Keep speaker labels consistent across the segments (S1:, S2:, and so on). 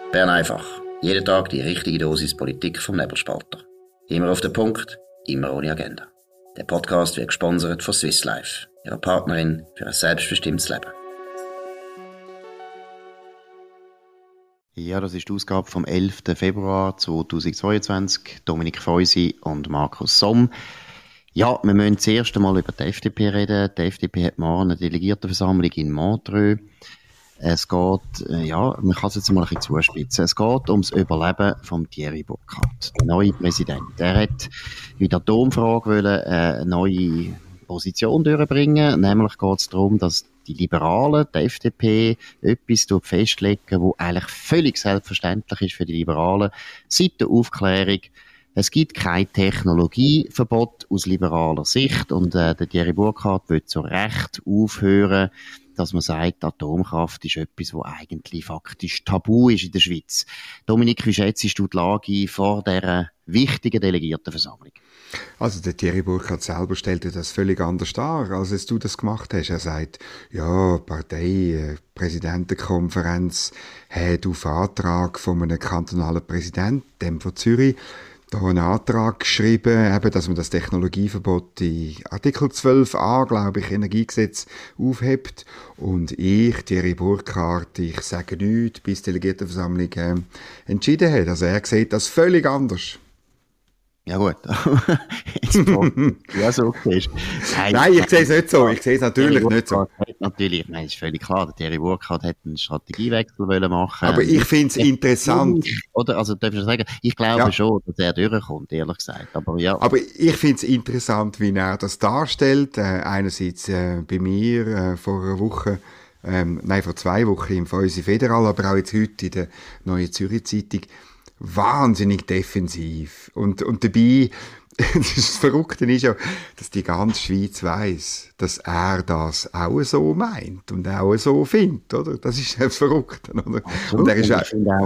S1: Bern einfach. Jeden Tag die richtige Dosis Politik vom Nebelspalter. Immer auf den Punkt, immer ohne Agenda. Der Podcast wird gesponsert von Swiss Life, ihrer Partnerin für ein selbstbestimmtes Leben.
S2: Ja, das ist die Ausgabe vom 11. Februar 2022. Dominik Feusi und Markus Somm. Ja, wir müssen zuerst einmal über die FDP reden. Die FDP hat morgen eine Delegiertenversammlung in Montreux. Es geht, man kann es jetzt mal ein bisschen zuspitzen. Es geht ums Überleben von Thierry Burkhardt, der neue Präsident. Er hat in der Atomfrage eine neue Position durchbringen. Nämlich geht es darum, dass die Liberalen, die FDP, etwas festlegen, was eigentlich völlig selbstverständlich ist für die Liberalen. Seit der Aufklärung: es gibt kein Technologieverbot aus liberaler Sicht, und der Thierry Burkhardt will zu Recht aufhören, dass man sagt, Atomkraft ist etwas, was eigentlich faktisch tabu ist in der Schweiz. Dominik, wie schätzt du die Lage vor dieser wichtigen Delegiertenversammlung?
S3: Also der Thierry Burkhardt selber stellte das völlig anders dar, als du das gemacht hast. Er sagt, ja, Präsidentenkonferenz hat auf Antrag von einem kantonalen Präsidenten, dem von Zürich, da einen Antrag geschrieben, eben, dass man das Technologieverbot in Artikel 12a, glaube ich, Energiegesetz aufhebt. Und ich, Thierry Burkhardt, ich sage nichts, bis die Delegiertenversammlung entschieden hat. Also er sieht das völlig anders.
S2: Ja gut, jetzt ja, so okay.
S3: Nein, ich sehe es nicht so. Ich sehe es natürlich nicht so.
S2: Natürlich, nein, ist völlig klar. Der Thierry Burkhardt hätte einen Strategiewechsel machen.
S3: Aber ich finde es interessant.
S2: Oder, also darf ich sagen, ich glaube schon, dass er durchkommt, ehrlich gesagt. Aber ja.
S3: Aber ich finde es interessant, wie er das darstellt. Einerseits bei mir vor einer Woche, vor 2 Wochen im Feusi Federal, aber auch jetzt heute in der Neuen Zürich Zeitung. Wahnsinnig defensiv. Und dabei, das Verrückte ist ja, dass die ganze Schweiz weiss, dass er das auch so meint und auch so findet, oder? Das ist das Verrückte, oder?
S2: Absolut. Und er ist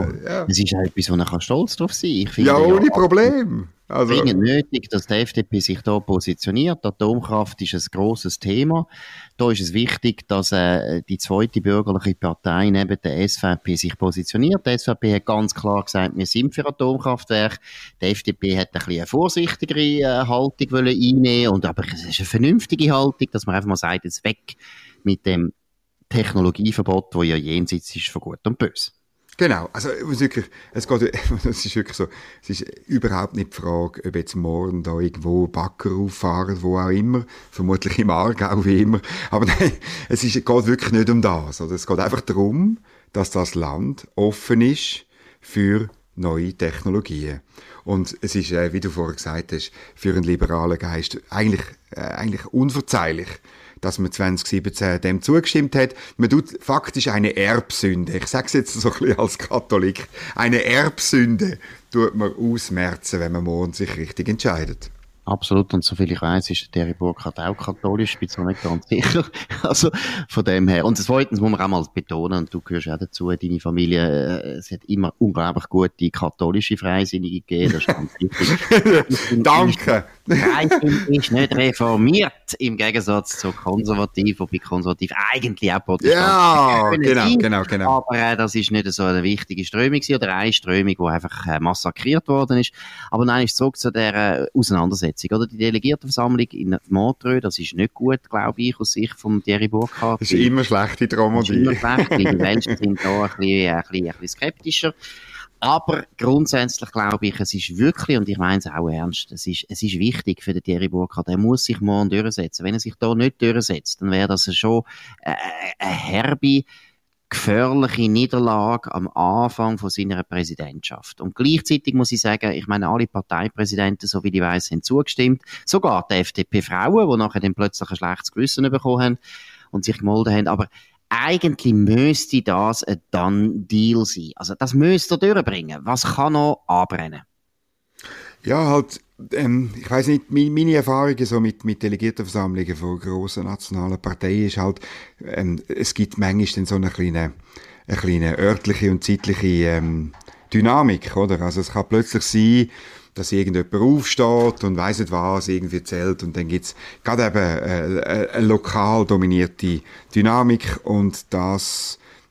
S2: es ist auch etwas, wo er stolz drauf sein kann.
S3: Ja, ohne Problem. Also,
S2: dringend nötig, dass die FDP sich da positioniert. Die Atomkraft ist ein grosses Thema. Da ist es wichtig, dass die zweite bürgerliche Partei neben der SVP sich positioniert. Die SVP hat ganz klar gesagt, wir sind für Atomkraftwerke. Die FDP hat ein bisschen eine vorsichtigere Haltung einnehmen, aber es ist eine vernünftige Haltung, dass man einfach mal sagt, jetzt weg mit dem Technologieverbot, das ja jenseits ist von Gut und Böse.
S3: Genau, also es ist wirklich so, es ist überhaupt nicht die Frage, ob jetzt morgen da irgendwo Bagger auffahren, wo auch immer, vermutlich im Aargau wie immer, aber nein, geht wirklich nicht um das, oder? Es geht einfach darum, dass das Land offen ist für neue Technologien. Und es ist, wie du vorher gesagt hast, für einen liberalen Geist eigentlich unverzeihlich, dass man 2017 dem zugestimmt hat. Man tut faktisch eine Erbsünde, ich sage es jetzt so ein bisschen als Katholik, eine Erbsünde tut man ausmerzen, wenn man morgen sich richtig entscheidet.
S2: Absolut, und soviel ich weiss, ist der Thierry Burkhardt auch katholisch, bin mir nicht ganz sicher. Also, von dem her. Und zweitens muss man auch mal betonen, und du gehörst auch dazu, deine Familie, es hat immer unglaublich gute katholische Freisinnige gegeben, das ist ganz wichtig.
S3: Danke!
S2: Freisinn ist nicht reformiert, im Gegensatz zu konservativ, wobei konservativ eigentlich auch Protestanten
S3: genau.
S2: Aber das ist nicht so eine wichtige Strömung gewesen, oder eine Strömung, die einfach massakriert worden ist. Aber nein, ist zurück zu der Auseinandersetzung. Oder? Die Delegiertenversammlung in Montreux, das ist nicht gut, glaube ich, aus Sicht von Thierry Burkhardt.
S3: Das ist immer schlechte Dramaturgie.
S2: Das ist immer schlecht, die Menschen sind da ein bisschen skeptischer. Aber grundsätzlich glaube ich, es ist wirklich, und ich meine es auch ernst, es ist wichtig für den Thierry Burkhardt. Er muss sich morgen durchsetzen. Wenn er sich da nicht durchsetzt, dann wäre das schon eine herbe, gefährliche Niederlage am Anfang von seiner Präsidentschaft. Und gleichzeitig muss ich sagen, ich meine, alle Parteipräsidenten, so wie ich weiss, haben zugestimmt. Sogar die FDP-Frauen, die nachher dann plötzlich ein schlechtes Gewissen bekommen haben und sich gemolden haben. Aber eigentlich müsste das ein Done-Deal sein. Also das müsste er durchbringen. Was kann noch anbrennen?
S3: Ja, halt, ich weiss nicht, meine Erfahrungen so mit Delegiertenversammlungen von grossen nationalen Parteien ist halt, es gibt manchmal dann so eine kleine örtliche und zeitliche Dynamik, oder? Also es kann plötzlich sein, dass irgendjemand aufsteht und weiss nicht was, irgendwie erzählt, und dann gibt's gerade eben eine lokal dominierte Dynamik, und das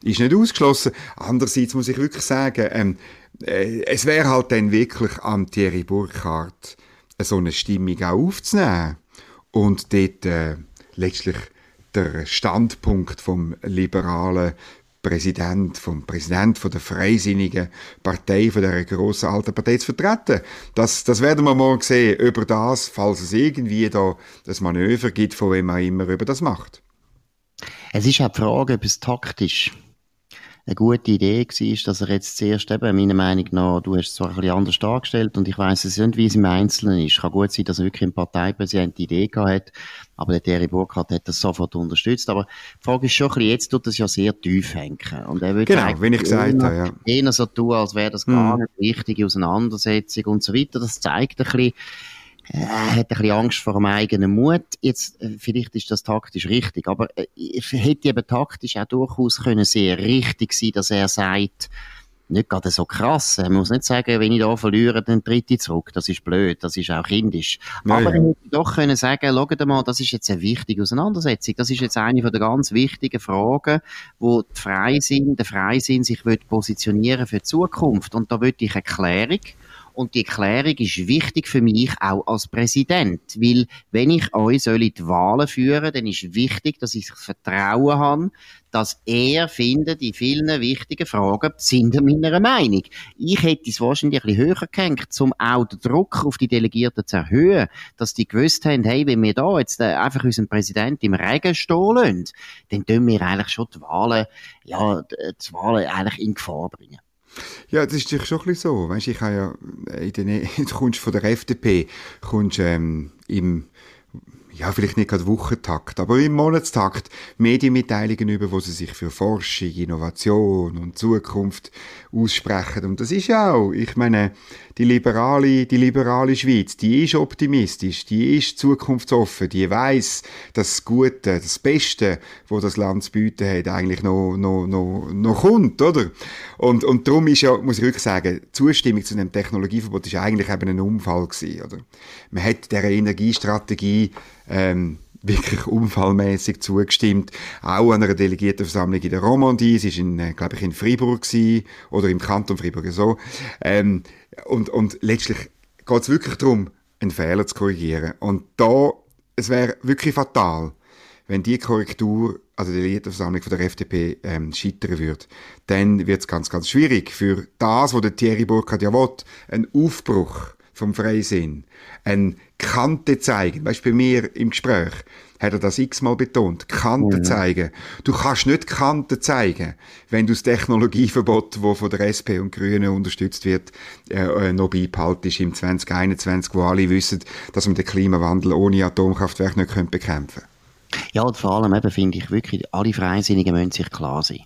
S3: ist nicht ausgeschlossen. Andererseits muss ich wirklich sagen, es wäre halt dann wirklich am Thierry Burkhardt so eine Stimmung auch aufzunehmen und dort letztlich der Standpunkt vom liberalen vom Präsident von der Freisinnigen Partei, von der grossen alten Partei zu vertreten. Das werden wir morgen sehen, über das, falls es irgendwie da das Manöver gibt, von wem man immer über das macht.
S2: Es ist auch die Frage, ob es taktisch eine gute Idee war, dass er jetzt zuerst eben, meiner Meinung nach, du hast es zwar ein bisschen anders dargestellt und ich weiss es nicht, wie es im Einzelnen ist. Kann gut sein, dass er wirklich ein Parteipräsident die Idee gehabt hat, aber der Thierry Burkhardt hat das sofort unterstützt. Aber die Frage ist schon ein bisschen, jetzt tut das ja sehr tief hängen. Und er will
S3: genau, wenn ich gesagt habe, ja.
S2: Eher so tun, als wäre das gar nicht wichtige Auseinandersetzung und so weiter. Das zeigt ein bisschen, er hat ein bisschen Angst vor dem eigenen Mut. Jetzt, vielleicht ist das taktisch richtig, aber es hätte eben taktisch auch durchaus können sehr richtig sein, dass er sagt, nicht gerade so krass. Man muss nicht sagen, wenn ich da verliere, dann tritt ich zurück. Das ist blöd, das ist auch kindisch. Ja, aber er hätte doch können sagen, schaut mal, das ist jetzt eine wichtige Auseinandersetzung. Das ist jetzt eine von der ganz wichtigen Fragen, wo der Freisinn sich positionieren für die Zukunft. Und da will ich eine Klärung. Und die Erklärung ist wichtig für mich auch als Präsident. Weil, wenn ich euch die Wahlen führen soll, dann ist wichtig, dass ich Vertrauen habe, dass er findet, in vielen wichtigen Fragen sind wir meiner Meinung. Ich hätte es wahrscheinlich ein bisschen höher gehängt, um auch den Druck auf die Delegierten zu erhöhen, dass die gewusst haben, hey, wenn wir da jetzt einfach unseren Präsidenten im Regen stehen lassen, dann tun wir eigentlich schon die Wahlen eigentlich in Gefahr bringen.
S3: Ja, das ist natürlich schon ein bisschen so. Weißt, ich habe ja du kommst von der FDP, im vielleicht nicht gerade Wochentakt, aber im Monatstakt Medienmitteilungen über, wo sie sich für Forschung, Innovation und Zukunft aussprechen. Und das ist ja auch, ich meine, die liberale Schweiz, die ist optimistisch, die ist zukunftsoffen, die weiss, das Gute, das Beste, wo das Land zu bieten hat, eigentlich noch kommt, oder? Und darum ist ja, muss ich wirklich sagen, die Zustimmung zu dem Technologieverbot ist eigentlich eben ein Unfall gewesen, oder? Man hat dieser Energiestrategie wirklich unfallmäßig zugestimmt. Auch an einer Delegiertenversammlung in der Romandie. Es war, glaube ich, in Freiburg gewesen, oder im Kanton Freiburg so. Und letztlich geht es wirklich darum, einen Fehler zu korrigieren. Und es wäre wirklich fatal, wenn die Korrektur, also die Delegiertenversammlung von der FDP, scheitern würde. Dann wird es ganz, ganz schwierig für das, was der Thierry Burkhardt ja will, ein Aufbruch vom Freisinn, eine Kante zeigen. Weißt du, bei mir im Gespräch hat er das x-mal betont. Kante zeigen. Du kannst nicht Kante zeigen, wenn du das Technologieverbot, das von der SP und Grünen unterstützt wird, noch beibehaltest im 2021, wo alle wissen, dass man den Klimawandel ohne Atomkraftwerk nicht bekämpfen können.
S2: Ja, und vor allem eben finde ich wirklich, alle Freisinnigen müssen sich klar sein.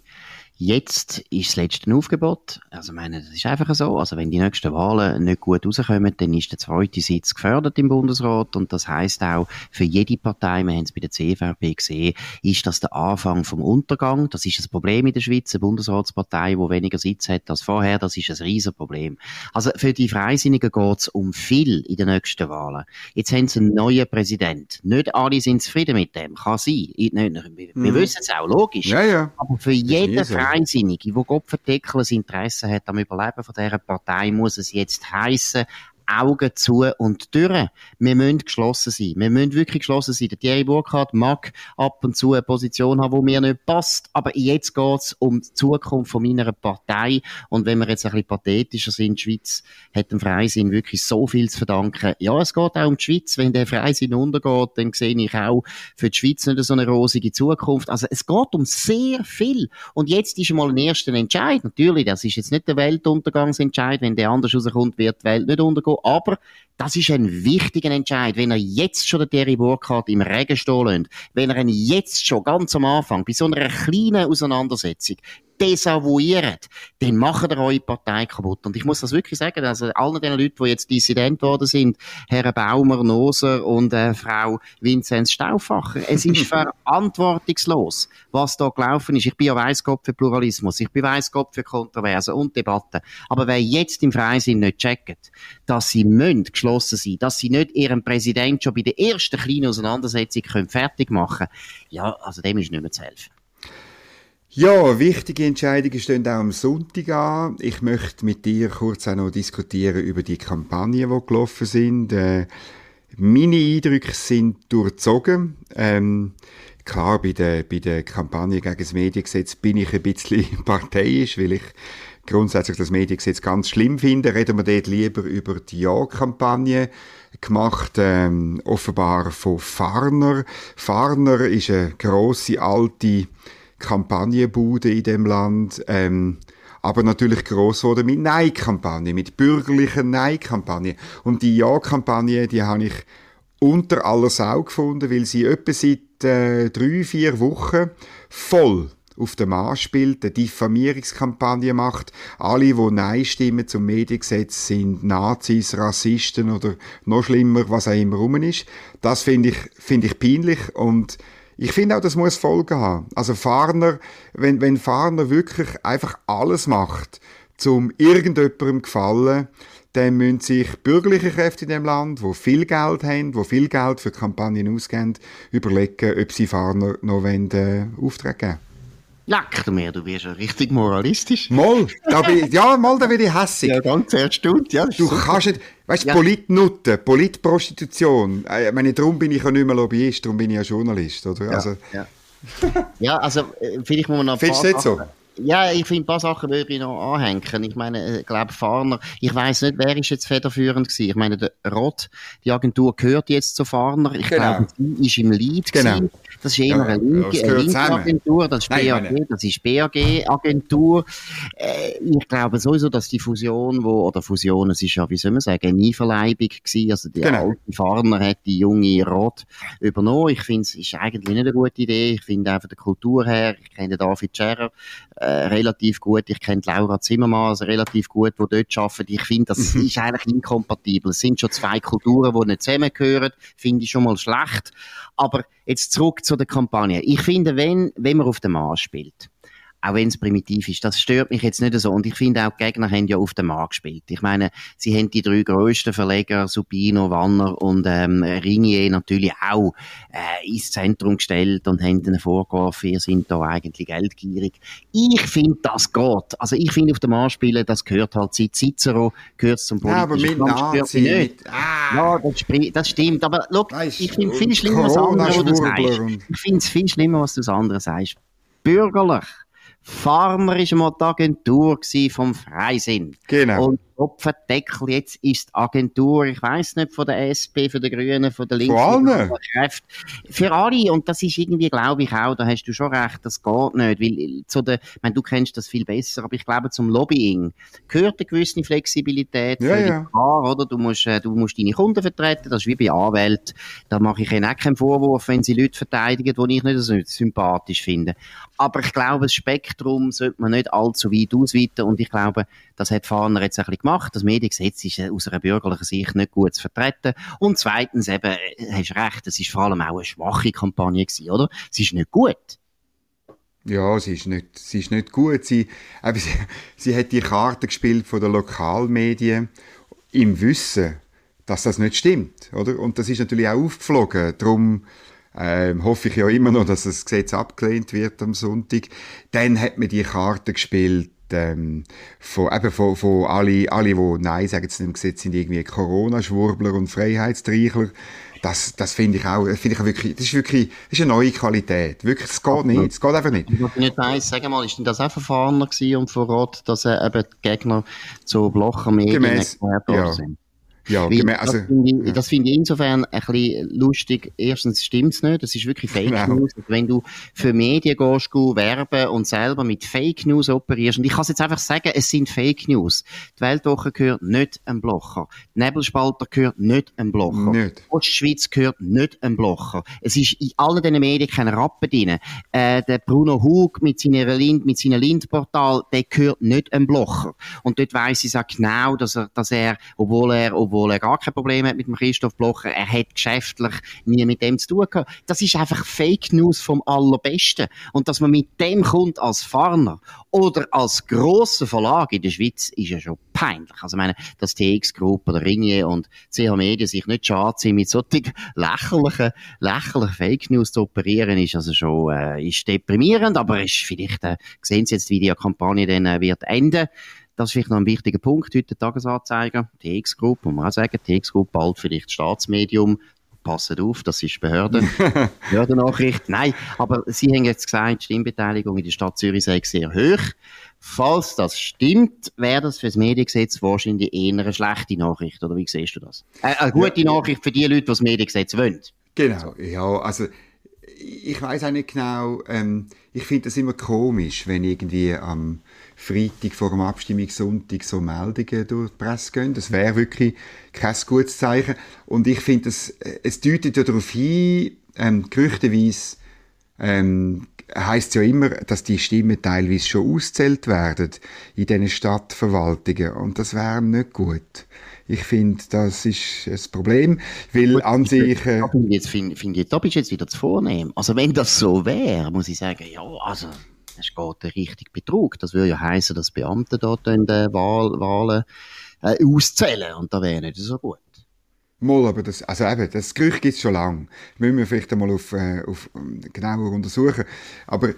S2: Jetzt ist das letzte Aufgebot. Also, ich meine, das ist einfach so. Also, wenn die nächsten Wahlen nicht gut rauskommen, dann ist der zweite Sitz gefördert im Bundesrat. Und das heisst auch, für jede Partei, wir haben es bei der CVP gesehen, ist das der Anfang vom Untergang. Das ist das Problem in der Schweiz. Eine Bundesratspartei, die weniger Sitz hat als vorher, das ist ein Riesenproblem. Also, für die Freisinnigen geht es um viel in den nächsten Wahlen. Jetzt haben sie einen neuen Präsident. Nicht alle sind zufrieden mit dem. Kann sein. Wir wissen es auch, logisch.
S3: Ja, ja.
S2: Aber für jeden Freisinnige, der Gottverdeckel ein Interesse hat am Überleben von dieser Partei, muss es jetzt heissen, Augen zu und durch. Wir müssen geschlossen sein. Wir müssen wirklich geschlossen sein. Der Thierry Burkhardt mag ab und zu eine Position haben, die mir nicht passt. Aber jetzt geht's um die Zukunft von meiner Partei. Und wenn wir jetzt ein bisschen pathetischer sind, die Schweiz hat dem Freisinn wirklich so viel zu verdanken. Ja, es geht auch um die Schweiz. Wenn der Freisinn untergeht, dann sehe ich auch für die Schweiz nicht so eine rosige Zukunft. Also es geht um sehr viel. Und jetzt ist mal ein erster Entscheid. Natürlich, das ist jetzt nicht der Weltuntergangsentscheid. Wenn der anders rauskommt, wird die Welt nicht untergehen. Aber das ist ein wichtiger Entscheid, wenn er jetzt schon den Thierry Burkhardt im Regen stehen lässt, wenn er ihn jetzt schon ganz am Anfang, bei so einer kleinen Auseinandersetzung, desavouiert, dann machen ihr eure Partei kaputt. Und ich muss das wirklich sagen, also allen den Leuten, die jetzt Dissident worden sind, Herr Baumer, Noser und Frau Vinzenz Stauffacher, es ist verantwortungslos, was da gelaufen ist. Ich bin ja Weisskopf für Pluralismus, ich bin Weisskopf für Kontroversen und Debatten. Aber wer jetzt im Freisinn nicht checkt, dass sie geschlossen sein, dass sie nicht ihren Präsident schon bei der ersten kleinen Auseinandersetzung fertig machen können, ja, also dem ist nicht mehr zu helfen.
S3: Ja, wichtige Entscheidungen stehen auch am Sonntag an. Ich möchte mit dir kurz auch noch diskutieren über die Kampagnen, die gelaufen sind. Meine Eindrücke sind durchzogen. Klar, bei der Kampagne gegen das Mediengesetz bin ich ein bisschen parteiisch, weil ich grundsätzlich das Mediengesetz ganz schlimm finde. Reden wir dort lieber über die Ja-Kampagne, gemacht offenbar von Farner. Farner ist eine grosse, alte Kampagnenbude in dem Land, aber natürlich gross wurde mit Nein-Kampagne, mit bürgerlichen Nein-Kampagne. Und die Ja-Kampagne, die habe ich unter aller Sau gefunden, weil sie etwa seit 3-4 Wochen voll auf den Mann spielt, eine Diffamierungskampagne macht. Alle, die Nein stimmen zum Mediengesetz, sind Nazis, Rassisten oder noch schlimmer, was auch immer rum ist. Das finde ich peinlich und ich finde auch, das muss Folgen haben. Also Farner, wenn Farner wirklich einfach alles macht, zum irgendjemandem gefallen, dann müssen sich bürgerliche Kräfte in dem Land, die viel Geld haben, die viel Geld für Kampagnen ausgeben, überlegen, ob sie Farner noch Aufträge geben.
S2: Leck du mir, du wirst ja richtig moralistisch.
S3: Da bin ich hässig.
S2: Ja, ganz erstaunt, ja.
S3: Du kannst nicht, weißt du,
S2: Ja.
S3: Politnutten, Politprostitution. Ich meine, darum bin ich ja nicht mehr Lobbyist, darum bin ich ja Journalist, oder?
S2: Ja,
S3: Also,
S2: ja, also vielleicht muss man noch ein
S3: findest
S2: paar
S3: du nicht so?
S2: Sachen- Ja, ich finde, ein paar Sachen würde ich noch anhängen. Ich meine, ich glaube, Farner, ich weiss nicht, wer ist jetzt federführend gewesen. Ich meine, der Roth, die Agentur gehört jetzt zu Farner. Ich
S3: Genau.
S2: glaube, sie ist im Lead
S3: Genau.
S2: gewesen. Das ist eher
S3: Ja,
S2: eine
S3: das
S2: linke
S3: gehört zusammen.
S2: Agentur, das ist
S3: Nein, ich
S2: BAG,
S3: meine-
S2: das ist BAG-Agentur. Ich glaube sowieso, dass die Fusion, es ist ja, wie soll man sagen, eine Einverleibung gewesen. Also, die
S3: Genau.
S2: alte Farner hat die junge Roth übernommen. Ich finde, es ist eigentlich nicht eine gute Idee. Ich finde auch von der Kultur her, ich kenne den David Scherrer relativ gut, ich kenne Laura Zimmermann also relativ gut, die dort arbeiten. Ich finde, das ist eigentlich inkompatibel. Es sind schon zwei Kulturen, die nicht zusammengehören. Finde ich schon mal schlecht. Aber jetzt zurück zu der Kampagne. Ich finde, wenn man auf dem Mann spielt, auch wenn es primitiv ist, das stört mich jetzt nicht so. Und ich finde auch, die Gegner haben ja auf den Markt gespielt. Ich meine, sie haben die 3 grössten Verleger, Subino, Wanner und Ringier natürlich auch ins Zentrum gestellt und haben ihnen vorgeworfen, ihr sind da eigentlich geldgierig. Ich finde, das geht. Also ich finde, auf den Markt spielen, das gehört halt seit Cicero, gehört zum
S3: Ja, aber
S2: politischen
S3: mit
S2: Kampf,
S3: Nazi,
S2: nicht.
S3: mit,
S2: Ja, das stimmt. Aber look,
S3: Weisst,
S2: ich finde viel schlimmer, was andere, was du
S3: Corona-Schwurbler
S2: sagst.
S3: und-
S2: Ich finde es viel schlimmer, was du das andere sagst. Bürgerlich. Farmer war mal die Agentur vom Freisinn.
S3: Genau.
S2: Und Kopfendeckel, jetzt ist die Agentur, ich weiss nicht, von der SP, von den Grünen, von der Linken,
S3: Von allen?
S2: von der Kräfte. Für alle. Und das ist irgendwie, glaube ich auch, da hast du schon recht, das geht nicht. Weil ich meine, du kennst das viel besser, aber ich glaube, zum Lobbying gehört eine gewisse Flexibilität.
S3: Ja,
S2: völlig
S3: ja.
S2: klar, oder? Du musst deine Kunden vertreten, das ist wie bei Anwälten. Da mache ich ihnen auch keinen Vorwurf, wenn sie Leute verteidigen, die ich nicht so sympathisch finde. Aber ich glaube, das Spektrum sollte man nicht allzu weit ausweiten und ich glaube, das hat Farner jetzt ein bisschen gemacht. Das Mediengesetz ist aus einer bürgerlichen Sicht nicht gut zu vertreten. Und zweitens eben, hast recht, es ist vor allem auch eine schwache Kampagne gewesen, oder? Es ist nicht gut.
S3: Ja, sie ist nicht gut. Sie hat die Karte gespielt von den Lokalmedien im Wissen, dass das nicht stimmt, oder? Und das ist natürlich auch aufgeflogen. Darum hoffe ich ja immer noch, dass das Gesetz abgelehnt wird am Sonntag. Dann hat man die Karte gespielt von alle, die Nein sagen zu dem Gesetz, sind irgendwie Corona-Schwurbler und Freiheitstreichler. Das finde ich auch wirklich, das ist eine neue Qualität. Wirklich, es geht nicht, es geht einfach nicht.
S2: Was ich nicht weiss, sag mal, ist denn das auch von Farner gewesen und von Roth, dass eben die Gegner zu Blocher-Medien
S3: Gemäss-
S2: erklärt worden
S3: ja.
S2: sind?
S3: Ja,
S2: Weil
S3: also,
S2: das finde ich insofern ein bisschen lustig. Erstens stimmt's nicht. Das ist wirklich Fake
S3: Genau.
S2: News. Also wenn du für Medien gehst, werben und selber mit Fake News operierst, und ich kann es jetzt einfach sagen, es sind Fake News. Die Weltwoche gehört nicht einem Blocher. Die Nebelspalter gehört nicht einem Blocher.
S3: Nicht.
S2: Die Ostschweiz gehört nicht einem Blocher. Es ist in allen diesen Medien kein Rappen drin. Der Bruno Hug mit seinem Lind-Portal, der gehört nicht einem Blocher. Und dort weiss ich auch genau, dass er, obwohl obwohl er gar kein Problem hat mit dem Christoph Blocher. Er hat geschäftlich nie mit dem zu tun gehabt. Das ist einfach Fake News vom Allerbesten. Und dass man mit dem kommt als Farner oder als grosser Verlag in der Schweiz, ist ja schon peinlich. Also ich meine, dass TX Group oder Ringier und CH Medien sich nicht schade sind, mit solchen lächerlichen Fake News zu operieren, ist also schon ist deprimierend, aber ist vielleicht, sehen Sie jetzt, wie die Kampagne dann wird enden. Das ist vielleicht noch ein wichtiger Punkt heute, der Tagesanzeiger, TX Group, muss man auch sagen, TX Group bald vielleicht Staatsmedium. Passet auf, das ist Behördennachricht. Nein, aber Sie haben jetzt gesagt, die Stimmbeteiligung in der Stadt Zürich sei sehr hoch. Falls das stimmt, wäre das für das Mediengesetz wahrscheinlich eher eine schlechte Nachricht, oder wie siehst du das? Eine gute Nachricht für die Leute, die das Mediengesetz wollen.
S3: Genau, ja, also ich weiss auch nicht genau, ich finde das immer komisch, wenn irgendwie am Freitag vor dem Abstimmungssonntag so Meldungen durch die Presse gehen. Das wäre wirklich kein gutes Zeichen. Und ich finde, es deutet ja darauf hin, gerüchteweise heisst es ja immer, dass die Stimmen teilweise schon ausgezählt werden in diesen Stadtverwaltungen. Und das wäre nicht gut. Ich finde, das ist ein Problem, weil gut, an sich...
S2: da bist du jetzt wieder zu vornehm. Also wenn das so wäre, muss ich sagen, ja, also es geht ein richtig Betrug. Das würde ja heissen, dass Beamte dort in den Wahlen auszählen und da wäre nicht so gut.
S3: Mal, aber das Gerücht gibt es schon lange. Das müssen wir vielleicht einmal auf genauer untersuchen. Aber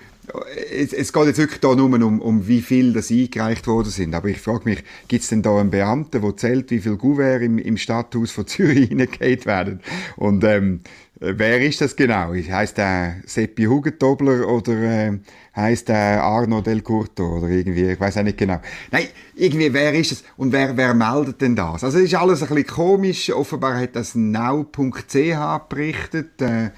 S3: es geht jetzt wirklich da nur um wie viel das eingereicht worden sind. Aber ich frage mich, gibt es denn da einen Beamten, der zählt, wie viele Gouverne im Stadthaus von Zürich hineingeht werden? Und wer ist das genau? Heisst der Seppi Hugentobler oder heisst der Arno Del Curto oder irgendwie? Ich weiß auch nicht genau. Nein, irgendwie, wer ist es? Und wer meldet denn das? Also es ist alles ein bisschen komisch. Offenbar hat das now.ch berichtet.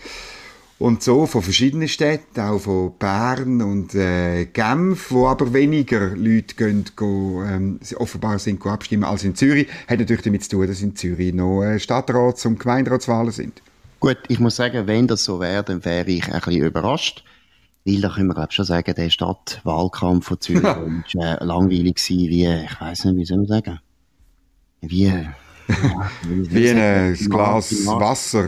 S3: Und so von verschiedenen Städten, auch von Bern und Genf, wo aber weniger Leute gehen, offenbar sind abstimmen als in Zürich. Hat natürlich damit zu tun, dass in Zürich noch Stadtrats- und Gemeinderatswahlen sind.
S2: Gut, ich muss sagen, wenn das so wäre, dann wäre ich ein bisschen überrascht. Weil da können wir, glaube ich, schon sagen, der Stadtwahlkampf von Zürich war langweilig gewesen, wie, ich weiss nicht, wie soll man sagen? Wie ein
S3: Glas Wasser.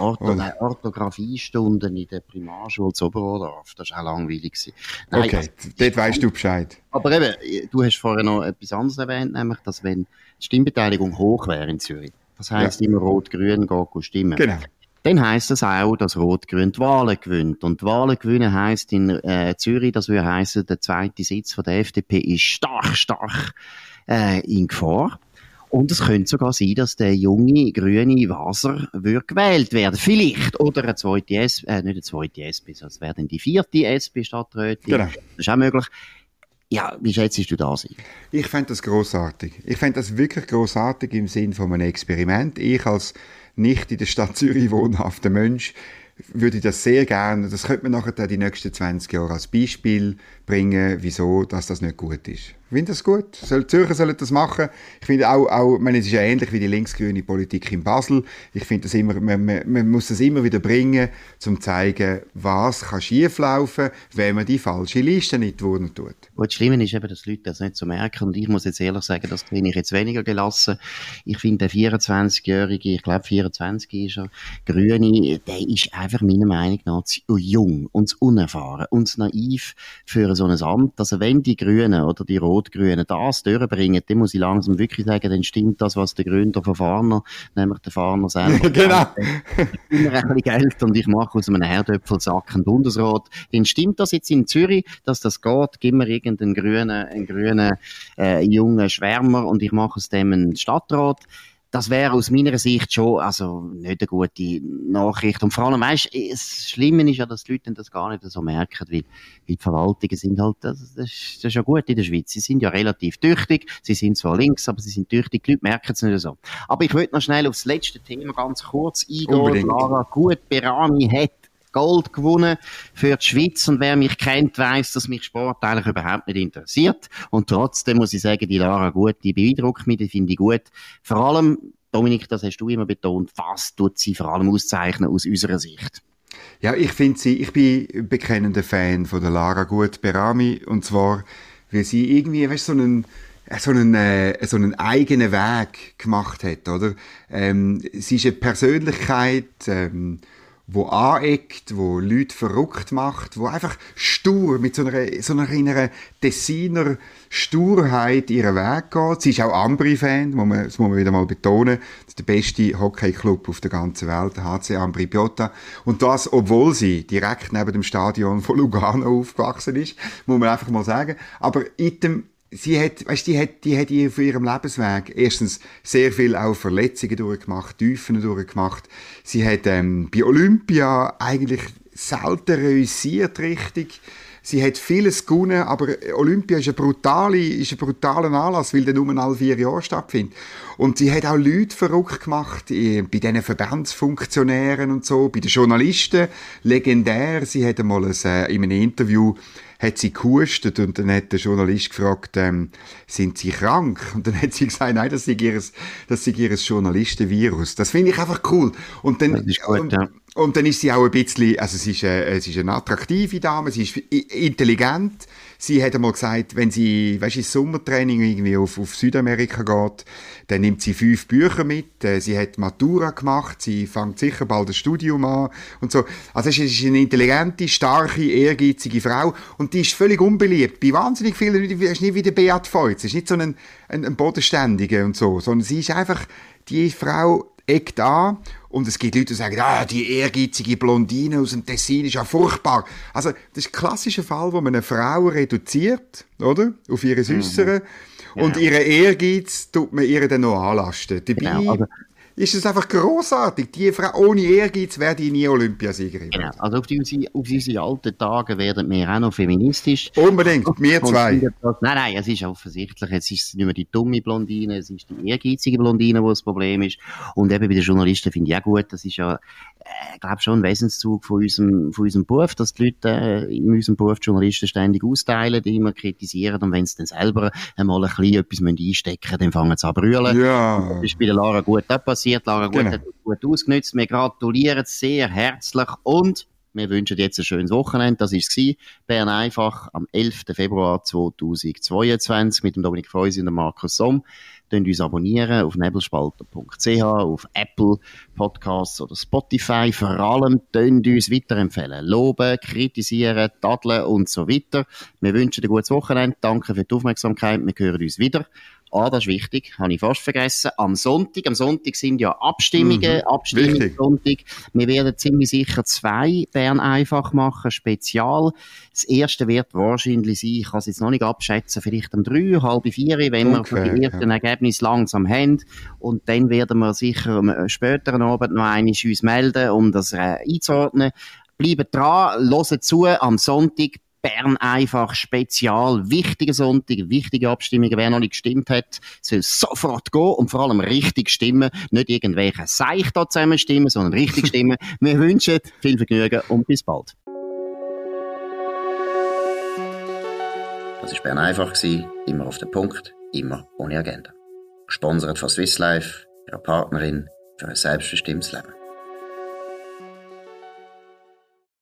S2: Orthographiestunden in der Primarschule zu Oberordorf. Das war auch langweilig gewesen. Nein,
S3: okay, dort weisst du Bescheid.
S2: Aber eben, du hast vorher noch etwas anderes erwähnt, nämlich, dass wenn die Stimmbeteiligung hoch wäre in Zürich, das heisst immer Rot-Grün geht stimmen. Genau. Dann heisst das auch, dass Rot-Grün die Wahlen gewinnt. Und die Wahlen gewinnen heisst in Zürich, das würde heissen, der zweite Sitz von der FDP ist stark in Gefahr. Und es könnte sogar sein, dass der junge grüne Waser gewählt werden. Vielleicht. Oder eine zweite nicht eine zweite SP, sondern es wäre dann die vierte SP-Stadträtin. Genau. Das ist auch möglich. Ja, wie schätzt du das ein?
S3: Ich fände das grossartig. Ich fände das wirklich grossartig im Sinne von einem Experiment. Ich als nicht in der Stadt Zürich wohnhafter Mensch würde ich das sehr gerne, das könnte man nachher die nächsten 20 Jahre als Beispiel bringen, wieso dass das nicht gut ist. Ich finde das gut. Zürcher sollen das machen. Ich finde auch, es ist ja ähnlich wie die linksgrüne Politik in Basel. Ich finde das immer, man muss das immer wieder bringen, um zu zeigen, was kann schieflaufen, wenn man die falsche Liste nicht wohnen tut.
S2: Das Schlimme ist eben, dass die Leute das nicht so merken. Und ich muss jetzt ehrlich sagen, das bin ich jetzt weniger gelassen. Ich finde, der 24-Jährige, ich glaube 24 ist er, Grüne, der ist einfach meiner Meinung nach zu jung und zu unerfahren und zu naiv für so ein Amt. Also wenn die Grünen oder die Rot-Grünen das durchbringen, dann muss ich langsam wirklich sagen, dann stimmt das, was der Gründer von Farner, nämlich der Farner selber,
S3: genau.
S2: Immer ein bisschen Geld und ich mache aus einem Herdöpfelsack einen Bundesrat. Dann stimmt das jetzt in Zürich, dass das geht, gib mir irgendeinen grünen jungen Schwärmer und ich mache aus dem einen Stadtrat. Das wäre aus meiner Sicht schon, also, nicht eine gute Nachricht. Und vor allem, weisst, das Schlimme ist ja, dass die Leute das gar nicht so merken, weil die Verwaltungen sind halt, das ist ja gut in der Schweiz. Sie sind ja relativ tüchtig. Sie sind zwar links, aber sie sind tüchtig. Die Leute merken es nicht so. Aber ich möchte noch schnell auf das letzte Thema ganz kurz eingehen.
S3: Unbedingt.
S2: Lara Gut-Berami hat Gold gewonnen für die Schweiz und wer mich kennt, weiss, dass mich Sport eigentlich überhaupt nicht interessiert und trotzdem muss ich sagen, die Lara Gut, die beeindruckt mich, die finde ich gut. Vor allem, Dominik, das hast du immer betont, was tut sie vor allem auszeichnen aus unserer Sicht?
S3: Ja, ich bin bekennender Fan von der Lara Gut-Berami und zwar, weil sie irgendwie, weißt, so einen so einen eigenen Weg gemacht hat, oder? Sie ist eine Persönlichkeit, wo aneckt, wo Leute verrückt macht, wo einfach stur, mit so einer Tessiner Sturheit ihren Weg geht. Sie ist auch Ambri-Fan, das muss man wieder mal betonen. Das ist der beste Hockeyclub auf der ganzen Welt, der HC Ambri Piotta. Und das, obwohl sie direkt neben dem Stadion von Lugano aufgewachsen ist, muss man einfach mal sagen. Aber die hat ihr für ihrem Lebensweg erstens sehr viel auch Verletzungen durchgemacht, Tiefen durchgemacht. Sie hat bei Olympia eigentlich selten reüssiert richtig. Sie hat vieles gewonnen, aber Olympia ist ein brutaler Anlass, weil der nur alle 4 Jahre stattfindet. Und sie hat auch Leute verrückt gemacht, bei diesen Verbandsfunktionären und so, bei den Journalisten, legendär. Sie hat einmal in einem Interview hat sie gehustet und dann hat der Journalist gefragt, sind Sie krank? Und dann hat sie gesagt, nein, das sei ihr Journalistenvirus. Das finde ich einfach cool. Und dann, und dann ist sie auch ein bisschen, also sie ist eine attraktive Dame, sie ist intelligent. Sie hat einmal gesagt, wenn sie, ins Sommertraining irgendwie auf Südamerika geht, dann nimmt sie 5 Bücher mit. Sie hat Matura gemacht, sie fängt sicher bald ein Studium an und so. Also sie ist eine intelligente, starke, ehrgeizige Frau und die ist völlig unbeliebt. Bei wahnsinnig vielen Leuten, ist nicht wie der Beat Feuz, ist nicht so ein Bodenständiger und so, sondern sie ist einfach, die Frau eckt an. Und es gibt Leute, die sagen, die ehrgeizige Blondine aus dem Tessin ist ja furchtbar. Also, das ist ein klassischer Fall, wo man eine Frau reduziert, oder? Auf ihr Äußere. Genau. Und ihren Ehrgeiz tut man ihr dann noch anlasten. Dabei ist es einfach grossartig. Die Frau ohne Ehrgeiz wäre die nie Olympiasiegerin.
S2: Genau. Also auf unsere alten Tage werden wir auch noch feministisch.
S3: Unbedingt, wir zwei.
S2: Nein, es ist offensichtlich, es ist nicht mehr die dumme Blondine, es ist die ehrgeizige Blondine, wo das Problem ist. Und eben bei den Journalisten finde ich auch gut, das ist ja, glaube schon ein Wesenszug von unserem Beruf, dass die Leute in unserem Beruf die Journalisten ständig austeilen, die immer kritisieren und wenn sie dann selber einmal ein bisschen etwas einstecken müssen, dann fangen sie an zu brüllen.
S3: Ja.
S2: Das ist bei der Lara gut passiert. Lara Gut hat gut ausgenutzt. Wir gratulieren sehr herzlich und wir wünschen jetzt ein schönes Wochenende. Das war es. Bern einfach am 11. Februar 2022 mit dem Dominik Feusi und dem Markus Somm. Könnt uns abonnieren auf nebelspalter.ch, auf Apple Podcasts oder Spotify. Vor allem könnt uns weiterempfehlen. Loben, kritisieren, tadeln und so weiter. Wir wünschen ein gutes Wochenende. Danke für die Aufmerksamkeit. Wir hören uns wieder. Das ist wichtig, habe ich fast vergessen. Am Sonntag sind ja Abstimmungen, Abstimmungssonntag. Wir werden ziemlich sicher 2 Bern einfach machen, Spezial. Das erste wird wahrscheinlich sein, ich kann es jetzt noch nicht abschätzen, vielleicht um 3, halb 4, wenn wir die ersten Ergebnisse langsam haben. Und dann werden wir sicher am späteren Abend noch einmal uns melden, um das einzuordnen. Bleibt dran, hört zu, am Sonntag Bern einfach Spezial, wichtiger Sonntag, wichtige Abstimmungen. Wer noch nicht gestimmt hat, soll sofort gehen und vor allem richtig stimmen. Nicht irgendwelche Seich da zusammen stimmen, sondern richtig stimmen. Wir wünschen viel Vergnügen und bis bald.
S1: Das war Bern einfach, immer auf den Punkt, immer ohne Agenda. Gesponsert von Swiss Life, ihrer Partnerin für ein selbstbestimmtes Leben.